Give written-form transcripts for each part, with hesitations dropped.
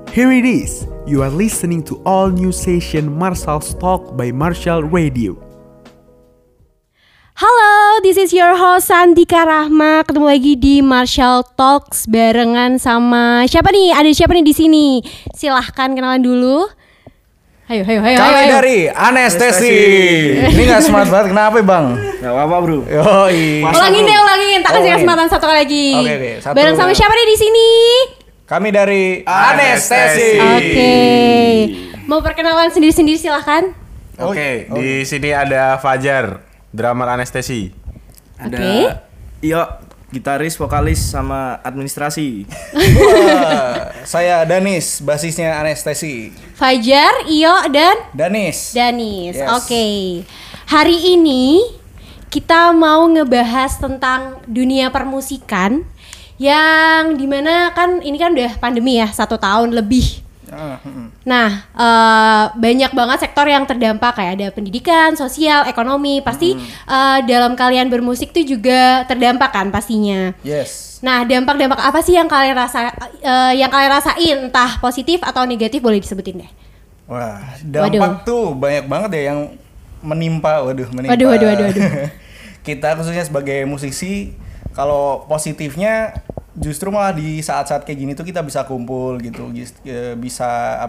Here it is. You are listening to all new session Marshall's Talk by Marshall Radio. Halo, this is your host Sandika Rahma. Ketemu lagi di Marshall Talks barengan sama siapa nih? Ada siapa nih di sini? Silahkan kenalan dulu. Ayo. Kami dari Anestesi. Ini gak smart banget, kenapa bang? Gak apa-apa bro. Yoi. Ulangin. Tak kasih kesempatan satu kali lagi. Oke, satu. Bareng sama siapa nih di sini? Kami dari Anestesi. Oke. Mau perkenalan sendiri-sendiri silahkan. Oke, di sini ada Fajar, drummer Anestesi. Ada Iyo, gitaris, vokalis, sama administrasi. Saya Danis, basisnya Anestesi. Fajar, Iyo, dan Danis. Danis. Yes. Oke. Hari ini kita mau ngebahas tentang dunia permusikan yang dimana kan ini kan udah pandemi ya 1 tahun lebih. Nah, banyak banget sektor yang terdampak kayak ada pendidikan, sosial, ekonomi. Pasti dalam kalian bermusik tuh juga terdampak kan pastinya. Yes. Nah, dampak-dampak apa sih yang kalian rasain, entah positif atau negatif, boleh disebutin deh. Wah, dampak tuh banyak banget ya yang menimpa. Waduh. Kita khususnya sebagai musisi, kalau positifnya justru malah di saat-saat kayak gini tuh kita bisa kumpul gitu, bisa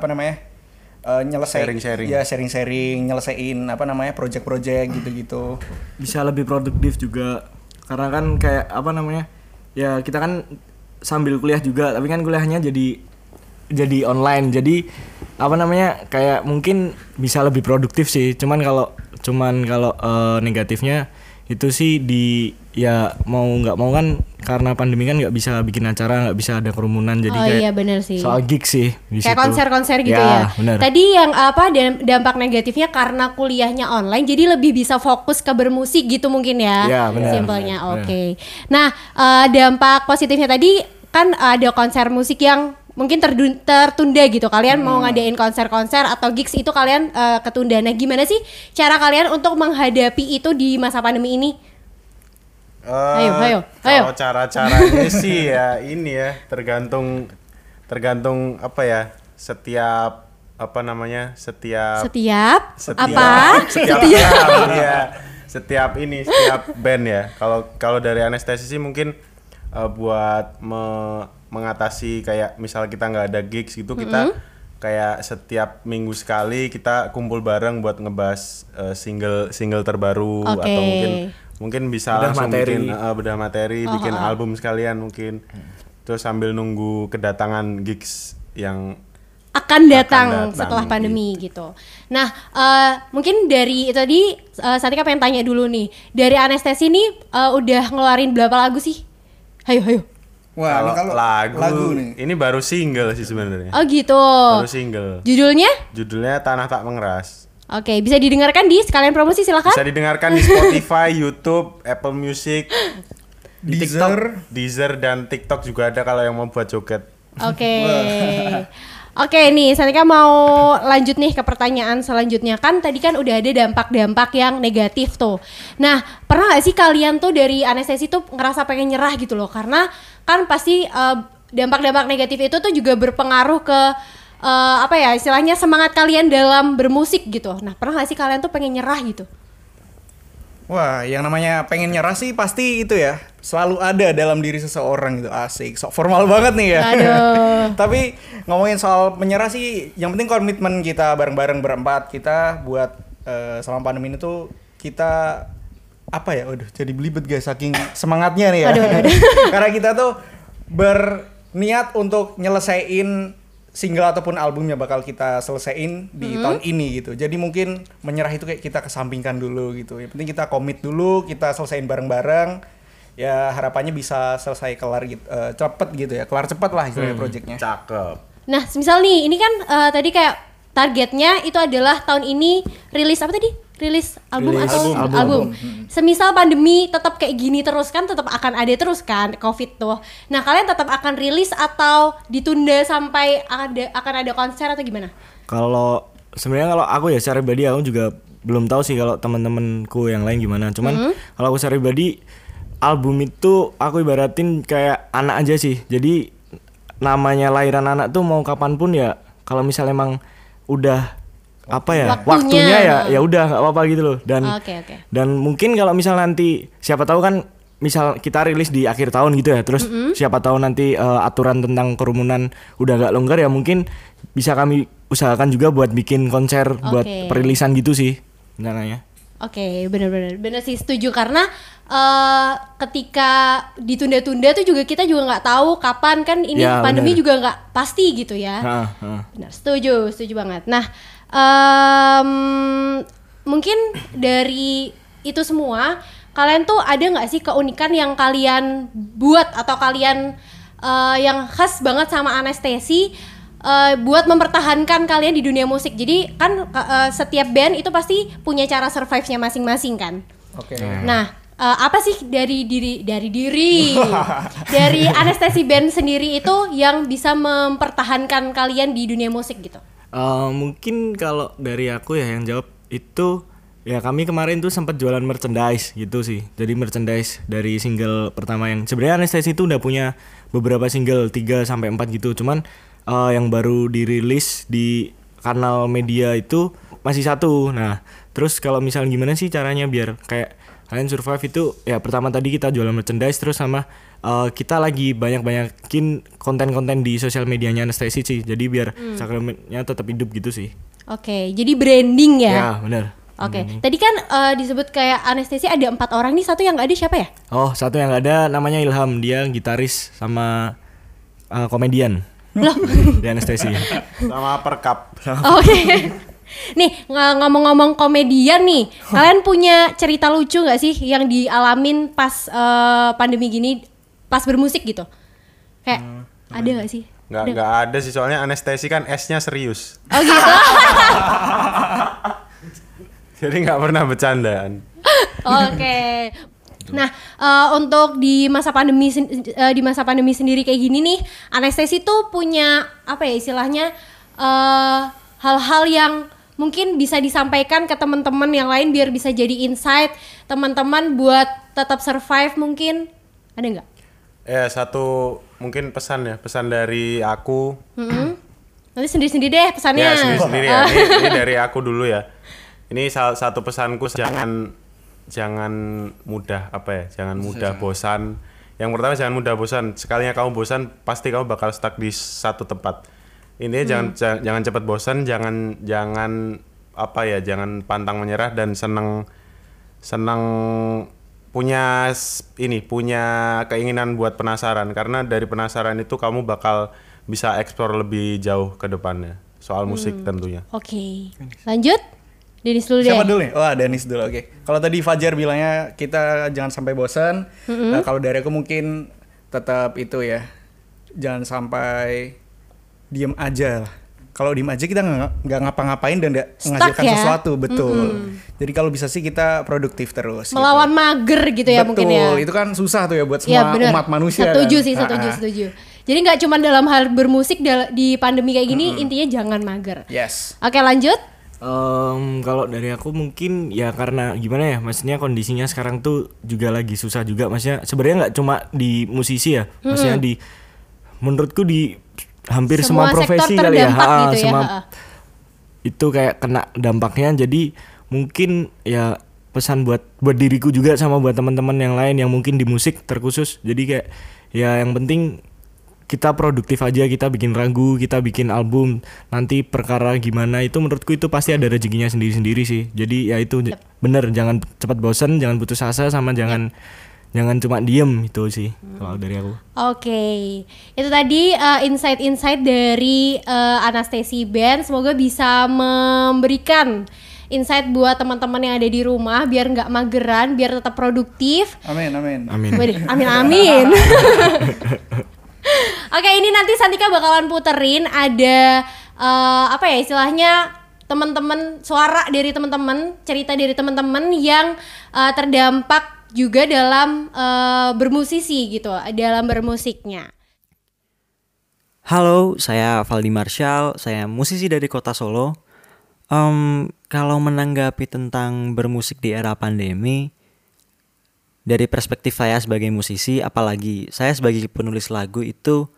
sharing-sharing, nyelesain project-project gitu-gitu. Bisa lebih produktif juga. Karena kan kayak ya kita kan sambil kuliah juga, tapi kan kuliahnya jadi online. Jadi kayak mungkin bisa lebih produktif sih. Cuman kalau negatifnya itu sih mau nggak mau kan karena pandemi kan nggak bisa bikin acara, nggak bisa ada kerumunan, jadi iya benar sih. Soal gig sih di kayak situ. konser-konser gitu ya. Bener. Tadi yang dampak negatifnya karena kuliahnya online, jadi lebih bisa fokus ke bermusik gitu mungkin ya. Ya benar. Simpelnya oke. Nah, dampak positifnya tadi kan ada konser musik yang mungkin tertunda gitu. Kalian mau ngadain konser-konser atau gigs itu kalian ketunda. Nah, gimana sih cara kalian untuk menghadapi itu di masa pandemi ini? Ayo. Kalau cara-caranya sih ya ini ya tergantung apa ya, setiap band ya. Kalau dari Anestesi sih mungkin buat mengatasi kayak misal kita nggak ada gigs gitu, kita kayak setiap minggu sekali kita kumpul bareng buat ngebahas single terbaru. Atau mungkin bisa langsung bedah materi, bikin album sekalian mungkin. Terus sambil nunggu kedatangan gigs yang akan datang setelah pandemi gitu. Nah, mungkin dari itu tadi Satika pengen tanya dulu nih. Dari Anestesi nih udah ngeluarin berapa lagu sih? Ayo. Wah, kalau lagu nih. Ini baru single sih sebenarnya. Oh gitu. Baru single. Judulnya Tanah Tak Mengeras. Oke, bisa didengarkan di sekalian promosi silakan. Bisa didengarkan di Spotify, YouTube, Apple Music, Deezer dan TikTok juga ada kalau yang mau buat joget. Oke nih, Sanika mau lanjut nih ke pertanyaan selanjutnya. Kan tadi kan udah ada dampak-dampak yang negatif tuh. Nah, pernah gak sih kalian tuh dari Anestesi tuh ngerasa pengen nyerah gitu loh? Karena kan pasti dampak-dampak negatif itu tuh juga berpengaruh ke istilahnya semangat kalian dalam bermusik gitu. Nah, pernah gak sih kalian tuh pengen nyerah gitu? Wah, yang namanya pengen nyerah sih pasti itu ya, selalu ada dalam diri seseorang gitu. Asik, sok formal banget nih ya. Aduh. Tapi ngomongin soal menyerah sih, yang penting komitmen kita bareng-bareng berempat kita buat selama pandemi ini tuh kita jadi belibet guys saking semangatnya nih ya. Aduh. Karena kita tuh berniat untuk nyelesain single ataupun albumnya bakal kita selesaiin di tahun ini gitu. Jadi mungkin menyerah itu kayak kita kesampingkan dulu gitu. Yang penting kita komit dulu, kita selesaiin bareng-bareng. Ya harapannya bisa selesai kelar gitu, cepet gitu ya. Kelar cepet lah istilahnya projectnya. Cakep. Nah, misal nih, ini kan tadi kayak targetnya itu adalah tahun ini rilis album. Semisal pandemi tetap kayak gini terus kan, tetap akan ada terus kan COVID tuh. Nah, kalian tetap akan rilis atau ditunda sampai akan ada konser atau gimana? Kalau aku ya secara pribadi aku juga belum tahu sih kalau teman-temanku yang lain gimana. Cuman kalau aku secara pribadi album itu aku ibaratin kayak anak aja sih. Jadi namanya lahiran anak tuh mau kapanpun ya, kalau misalnya emang udah apa ya Waktunya. waktunya ya udah nggak apa-apa gitu loh. Oke. Dan mungkin kalau misal nanti siapa tahu kan, misal kita rilis di akhir tahun gitu ya, terus siapa tahu nanti aturan tentang kerumunan udah gak longgar ya, mungkin bisa kami usahakan juga buat bikin konser buat perilisan gitu sih rencananya. Oke, bener sih, setuju, karena ketika ditunda-tunda tuh juga kita juga nggak tahu kapan, kan ini Ya, pandemi bener. juga nggak pasti gitu ya. Benar, setuju banget. Nah, mungkin dari itu semua, kalian tuh ada nggak sih keunikan yang kalian buat atau kalian yang khas banget sama Anestesi buat mempertahankan kalian di dunia musik? Jadi kan setiap band itu pasti punya cara survive-nya masing-masing kan. Oke. Nah, apa sih dari diri dari Anestesi band sendiri itu yang bisa mempertahankan kalian di dunia musik gitu? Mungkin kalau dari aku ya yang jawab itu, ya kami kemarin tuh sempat jualan merchandise gitu sih. Jadi merchandise dari single pertama, yang sebenarnya Anestesi itu udah punya beberapa single 3 sampai 4 gitu. Cuman yang baru dirilis di kanal media itu masih 1. Nah, terus kalau misalnya gimana sih caranya biar kayak kalian survive itu, ya pertama tadi kita jualan merchandise, terus sama kita lagi banyakin konten-konten di sosial medianya Anestesi sih. Jadi biar Instagramnya tetap hidup gitu sih. Oke, jadi branding ya? Ya, benar. Oke, tadi kan disebut kayak Anestesi ada 4 orang nih, satu yang nggak ada siapa ya? Oh, satu yang nggak ada namanya Ilham, dia gitaris sama komedian. Loh. Di Anestesi. Sama perkap. Oke. Nih, ngomong-ngomong komedian nih, kalian punya cerita lucu nggak sih yang dialamin pas pandemi gini, pas bermusik gitu? Kayak ada nggak sih? Nggak ada sih, soalnya Anestesi kan S-nya serius. Oh gitu. Jadi nggak pernah bercandaan. Oke. Nah, untuk di masa pandemi sendiri kayak gini nih, Anestesi tuh punya apa ya istilahnya, hal-hal yang mungkin bisa disampaikan ke teman-teman yang lain biar bisa jadi insight teman-teman buat tetap survive, mungkin ada nggak? Ya, satu mungkin pesan dari aku. Nanti sendiri-sendiri deh pesannya. Ya, sendiri ya. Ini dari aku dulu ya. Ini salah satu pesanku, jangan mudah bosan. Yang pertama, jangan mudah bosan. Sekalinya kamu bosan, pasti kamu bakal stuck di satu tempat. Intinya jangan cepat bosan, jangan pantang menyerah, dan senang punya keinginan buat penasaran, karena dari penasaran itu kamu bakal bisa explore lebih jauh ke depannya soal musik tentunya. Oke. Lanjut. Denis dulu deh. Siapa dulu nih? Oh, Denis dulu. Oke. Kalau tadi Fajar bilangnya kita jangan sampai bosan. Nah, kalau dari aku mungkin tetap itu ya. Jangan sampai diem aja lah. Kalau diem aja kita nggak ngapa-ngapain dan nggak menghasilkan ya? sesuatu, betul. Jadi kalau bisa sih kita produktif terus. Melawan mager gitu ya, betul, mungkin ya. itu kan susah tuh ya buat Ya, semua umat manusia. Setuju kan? sih, setuju. Jadi nggak cuma dalam hal bermusik di pandemi kayak gini, intinya jangan mager. Yes. Oke, lanjut. Kalau dari aku mungkin ya karena gimana ya, maksudnya kondisinya sekarang tuh juga lagi susah juga, maksudnya sebenarnya nggak cuma di musisi ya, maksudnya menurutku di hampir semua profesi kali ya, gitu itu kayak kena dampaknya. Jadi mungkin ya pesan buat diriku juga sama buat teman-teman yang lain yang mungkin di musik terkhusus, jadi kayak ya yang penting kita produktif aja, kita bikin lagu, kita bikin album, nanti perkara gimana itu menurutku itu pasti ada rezekinya sendiri-sendiri sih. Jadi ya itu bener, jangan cepat bosan, jangan putus asa, sama jangan cuma diem, itu sih kalau dari aku. Oke, itu tadi insight-insight dari Anestesi Band. Semoga bisa memberikan insight buat teman-teman yang ada di rumah biar nggak mageran, biar tetap produktif. Amin. Waduh, amin. Oke, ini nanti Santika bakalan puterin ada apa ya istilahnya, teman-teman, suara dari teman-teman, cerita dari teman-teman yang terdampak juga dalam bermusisi gitu, dalam bermusiknya. Halo, saya Valdi Marshall, saya musisi dari kota Solo. Kalau menanggapi tentang bermusik di era pandemi, dari perspektif saya sebagai musisi, apalagi saya sebagai penulis lagu, itu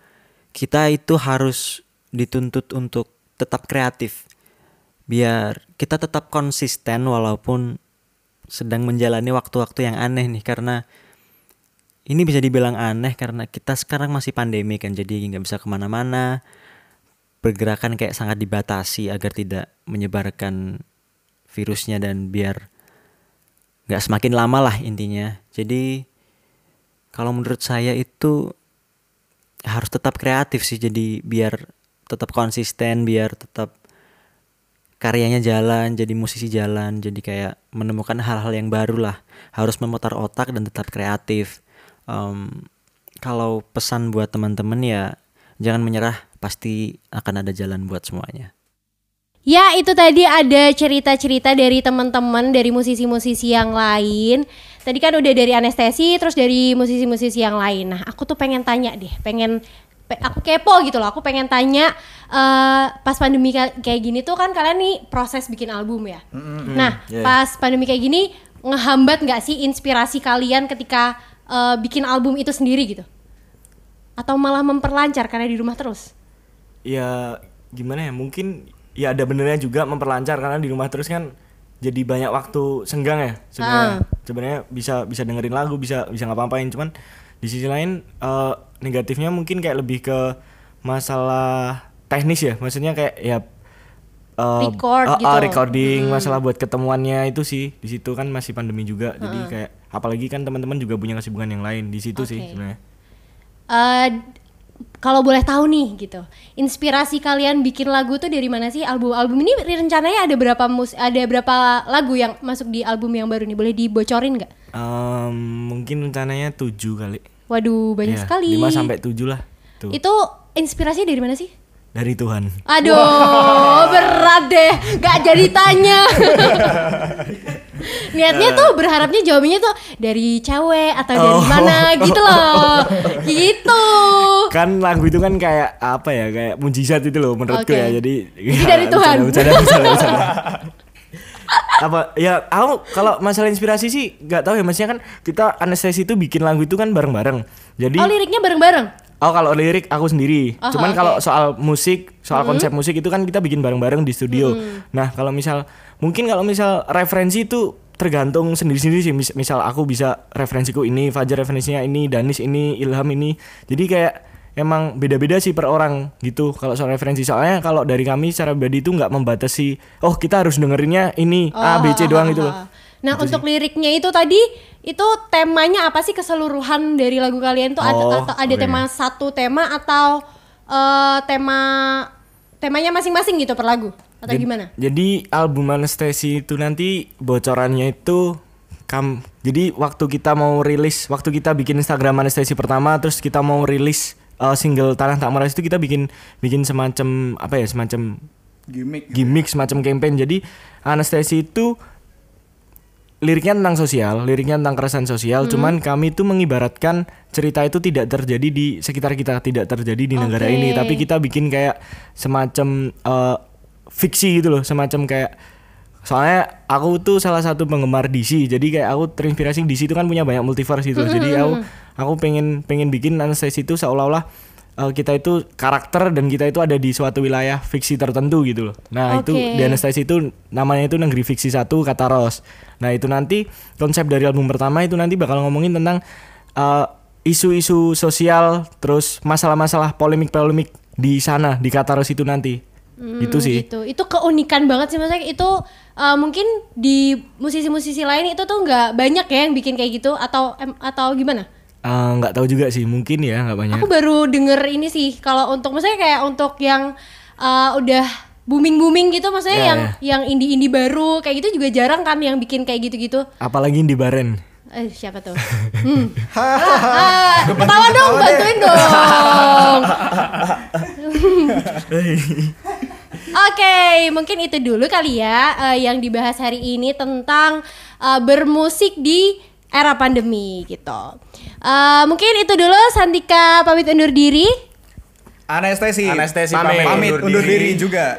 kita itu harus dituntut untuk tetap kreatif. Biar kita tetap konsisten walaupun sedang menjalani waktu-waktu yang aneh nih. Karena ini bisa dibilang aneh karena kita sekarang masih pandemi kan. Jadi gak bisa kemana-mana. Pergerakan kayak sangat dibatasi agar tidak menyebarkan virusnya dan biar gak semakin lama lah intinya. Jadi kalau menurut saya itu harus tetap kreatif sih. Jadi biar tetap konsisten, biar tetap karyanya jalan, jadi musisi jalan. Jadi kayak menemukan hal-hal yang baru lah. Harus memutar otak dan tetap kreatif. Kalau pesan buat teman-teman ya jangan menyerah, pasti akan ada jalan buat semuanya. Ya, itu tadi ada cerita-cerita dari teman-teman, dari musisi-musisi yang lain. Tadi kan udah dari Anestesi, terus dari musisi-musisi yang lain. Nah, aku tuh pengen tanya deh, aku kepo gitu loh. Aku pengen tanya, pas pandemi kayak gini tuh kan kalian nih proses bikin album ya. Nah, pas pandemi kayak gini ngehambat nggak sih inspirasi kalian ketika bikin album itu sendiri gitu? Atau malah memperlancar karena di rumah terus? Ya gimana ya, mungkin ya ada benernya juga memperlancar karena di rumah terus kan jadi banyak waktu senggang ya sebenarnya bisa dengerin lagu, bisa ngapa-ngapain. Cuman di sisi lain negatifnya mungkin kayak lebih ke masalah teknis ya, maksudnya kayak ya recording, masalah buat ketemuannya itu sih. Di situ kan masih pandemi juga, jadi kayak apalagi kan teman-teman juga punya kesibukan yang lain di situ sih sebenarnya. Kalau boleh tahu nih gitu, inspirasi kalian bikin lagu tuh dari mana sih? Album ini rencananya ada berapa lagu yang masuk di album yang baru nih? Boleh dibocorin nggak? Mungkin rencananya 7 kali. Waduh, banyak sekali. 5-7 lah. Tuh. Itu inspirasinya dari mana sih? Dari Tuhan. Aduh, berat deh, gak jadi tanya. Niatnya tuh berharapnya jawabannya tuh dari cewek atau dari mana gitu loh. Gitu. Kan lagu itu kan kayak apa ya, kayak mujizat itu loh menurutku ya. Jadi dari Tuhan. Bercanda. Apa ya, aku kalau masalah inspirasi sih nggak tahu ya, maksudnya kan kita Anestesi itu bikin lagu itu kan bareng-bareng. Jadi liriknya bareng-bareng. Kalau lirik aku sendiri. Cuman kalau soal musik, soal konsep musik itu kan kita bikin bareng-bareng di studio. Nah, kalau misal referensi itu tergantung sendiri-sendiri sih. Misal aku bisa referensiku ini, Fajar referensinya ini, Danis ini, Ilham ini. Jadi kayak emang beda-beda sih per orang gitu kalau soal referensi. Soalnya kalau dari kami secara pribadi itu nggak membatasi, kita harus dengerinnya ini A, B, C doang gitu loh. Nah, gitu untuk liriknya itu tadi, itu temanya apa sih keseluruhan dari lagu kalian tuh? Atau ada tema satu tema atau temanya masing-masing gitu per lagu? Atau gimana? Jadi album Anestesi itu nanti bocorannya itu jadi waktu kita bikin Instagram Anestesi pertama, terus kita mau rilis single Tanah Tak Meras itu kita bikin semacam semacam gimmick, semacam campaign. Jadi Anestesi itu liriknya tentang sosial, liriknya tentang keresahan sosial. Cuman kami tuh mengibaratkan cerita itu tidak terjadi di sekitar kita, tidak terjadi di negara ini, tapi kita bikin kayak semacam fiksi gitu loh, semacam kayak, soalnya aku tuh salah satu penggemar DC, jadi kayak aku terinspirasi DC itu kan punya banyak multiverse gitu. Jadi aku pengen bikin Anestesi itu seolah-olah kita itu karakter dan kita itu ada di suatu wilayah fiksi tertentu gitu loh. Nah itu di Anestesi itu namanya itu Negeri Fiksi 1 Kataros. Nah itu nanti konsep dari album pertama itu nanti bakal ngomongin tentang isu-isu sosial, terus masalah-masalah polemik-polemik di sana di Kataros itu nanti. Itu sih. Itu keunikan banget sih, maksudnya itu mungkin di musisi-musisi lain itu tuh nggak banyak ya yang bikin kayak gitu atau gimana? Nggak tahu juga sih, mungkin ya nggak banyak. Aku baru denger ini sih, kalau untuk maksudnya kayak untuk yang udah booming gitu, maksudnya yang indie baru kayak gitu juga jarang kan yang bikin kayak gitu-gitu. Apalagi indie baren. Siapa tuh? Ketawa dong, bantuin dong. Oke, mungkin itu dulu kali ya yang dibahas hari ini tentang bermusik di era pandemi gitu. Mungkin itu dulu, Santika pamit undur diri. Anestesi pamit undur diri juga.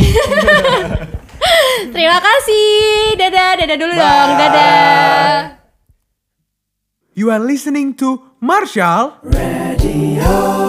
Terima kasih. Dadah dulu dong. Dadah. You are listening to Marshall Radio.